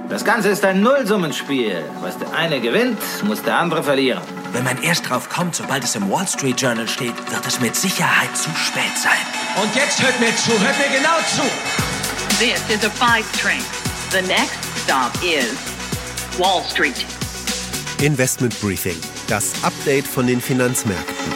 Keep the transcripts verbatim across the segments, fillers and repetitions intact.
Das Ganze ist ein Nullsummenspiel. Was der eine gewinnt, muss der andere verlieren. Wenn man erst drauf kommt, sobald es im Wall Street Journal steht, wird es mit Sicherheit zu spät sein. Und jetzt hört mir zu, hört mir genau zu. This is a five train. The next stop is Wall Street. Investment Briefing, das Update von den Finanzmärkten.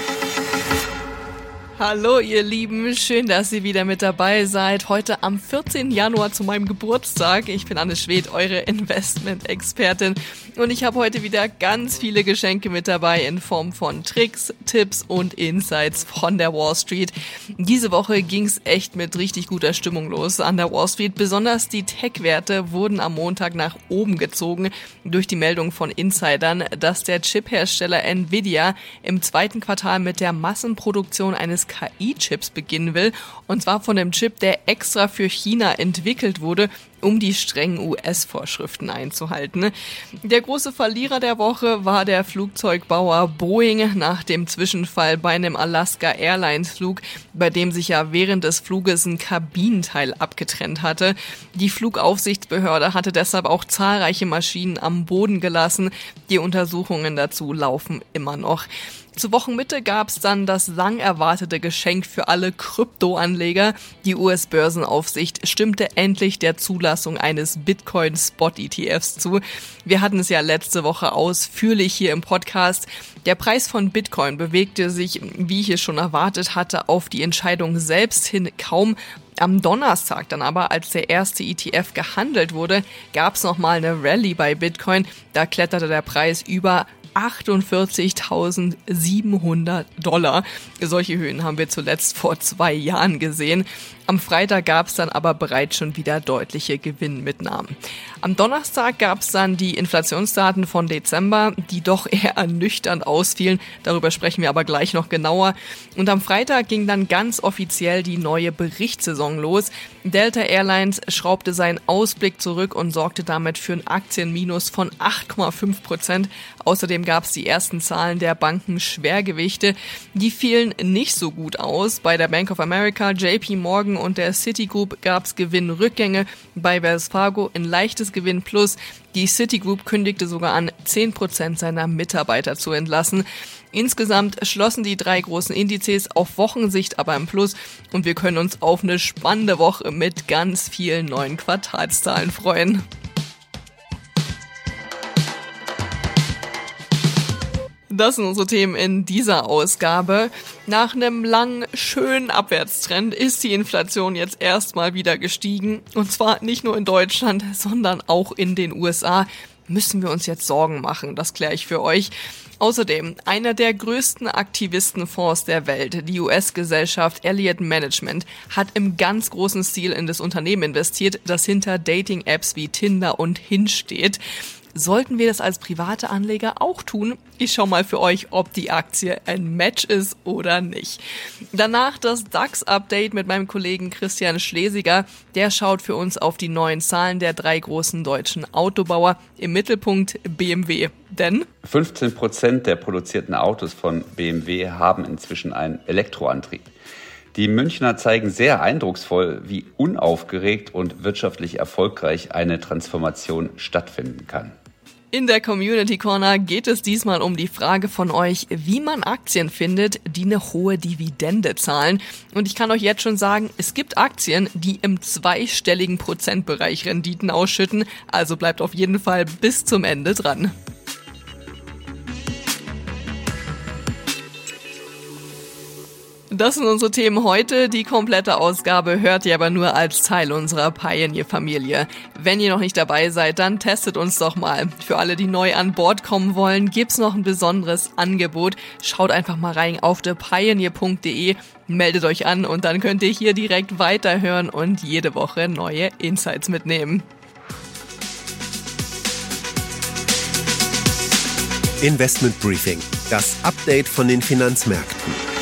Hallo ihr Lieben, schön, dass ihr wieder mit dabei seid. Heute am vierzehnten Januar zu meinem Geburtstag. Ich bin Anne Schwedt, eure Investment-Expertin. Und ich habe heute wieder ganz viele Geschenke mit dabei in Form von Tricks, Tipps und Insights von der Wall Street. Diese Woche ging es echt mit richtig guter Stimmung los an der Wall Street. Besonders die Tech-Werte wurden am Montag nach oben gezogen durch die Meldung von Insidern, dass der Chip-Hersteller Nvidia im zweiten Quartal mit der Massenproduktion eines K I-Chips beginnen will. Und zwar von dem Chip, der extra für China entwickelt wurde, um die strengen U S-Vorschriften einzuhalten. Der große Verlierer der Woche war der Flugzeugbauer Boeing nach dem Zwischenfall bei einem Alaska Airlines Flug, bei dem sich ja während des Fluges ein Kabinenteil abgetrennt hatte. Die Flugaufsichtsbehörde hatte deshalb auch zahlreiche Maschinen am Boden gelassen. Die Untersuchungen dazu laufen immer noch. Zur Wochenmitte gab es dann das lang erwartete Geschenk für alle Kryptoanleger. Die U S-Börsenaufsicht stimmte endlich der Zulassung eines Bitcoin-Spot-E T Fs zu. Wir hatten es ja letzte Woche ausführlich hier im Podcast. Der Preis von Bitcoin bewegte sich, wie ich es schon erwartet hatte, auf die Entscheidung selbst hin kaum. Am Donnerstag dann aber, als der erste E T F gehandelt wurde, gab es nochmal eine Rallye bei Bitcoin. Da kletterte der Preis über achtundvierzigtausendsiebenhundert Dollar. Solche Höhen haben wir zuletzt vor zwei Jahren gesehen. Am Freitag gab es dann aber bereits schon wieder deutliche Gewinnmitnahmen. Am Donnerstag gab es dann die Inflationsdaten von Dezember, die doch eher ernüchternd ausfielen. Darüber sprechen wir aber gleich noch genauer. Und am Freitag ging dann ganz offiziell die neue Berichtssaison los. Delta Airlines schraubte seinen Ausblick zurück und sorgte damit für ein Aktienminus von acht Komma fünf Prozent. Außerdem gab es die ersten Zahlen der Banken Schwergewichte. Die fielen nicht so gut aus. Bei der Bank of America, J P Morgan und der Citigroup gab es Gewinnrückgänge. Bei Wells Fargo ein leichtes Gewinn plus. Die Citigroup kündigte sogar an, zehn Prozent seiner Mitarbeiter zu entlassen. Insgesamt schlossen die drei großen Indizes auf Wochensicht aber im Plus und wir können uns auf eine spannende Woche mit ganz vielen neuen Quartalszahlen freuen. Das sind unsere Themen in dieser Ausgabe. Nach einem langen, schönen Abwärtstrend ist die Inflation jetzt erstmal wieder gestiegen. Und zwar nicht nur in Deutschland, sondern auch in den U S A. Müssen wir uns jetzt Sorgen machen, das kläre ich für euch. Außerdem, einer der größten Aktivistenfonds der Welt, die U S-Gesellschaft Elliott Management, hat im ganz großen Stil in das Unternehmen investiert, das hinter Dating-Apps wie Tinder und Hinge steht. Sollten wir das als private Anleger auch tun? Ich schau mal für euch, ob die Aktie ein Match ist oder nicht. Danach das DAX-Update mit meinem Kollegen Christian Schlesiger. Der schaut für uns auf die neuen Zahlen der drei großen deutschen Autobauer. Im Mittelpunkt B M W. Denn fünfzehn Prozent der produzierten Autos von B M W haben inzwischen einen Elektroantrieb. Die Münchner zeigen sehr eindrucksvoll, wie unaufgeregt und wirtschaftlich erfolgreich eine Transformation stattfinden kann. In der Community Corner geht es diesmal um die Frage von euch, wie man Aktien findet, die eine hohe Dividende zahlen. Und ich kann euch jetzt schon sagen, es gibt Aktien, die im zweistelligen Prozentbereich Renditen ausschütten. Also bleibt auf jeden Fall bis zum Ende dran. Das sind unsere Themen heute. Die komplette Ausgabe hört ihr aber nur als Teil unserer Pioneer-Familie. Wenn ihr noch nicht dabei seid, dann testet uns doch mal. Für alle, die neu an Bord kommen wollen, gibt's noch ein besonderes Angebot. Schaut einfach mal rein auf the pioneer punkt de, meldet euch an und dann könnt ihr hier direkt weiterhören und jede Woche neue Insights mitnehmen. Investment Briefing, das Update von den Finanzmärkten.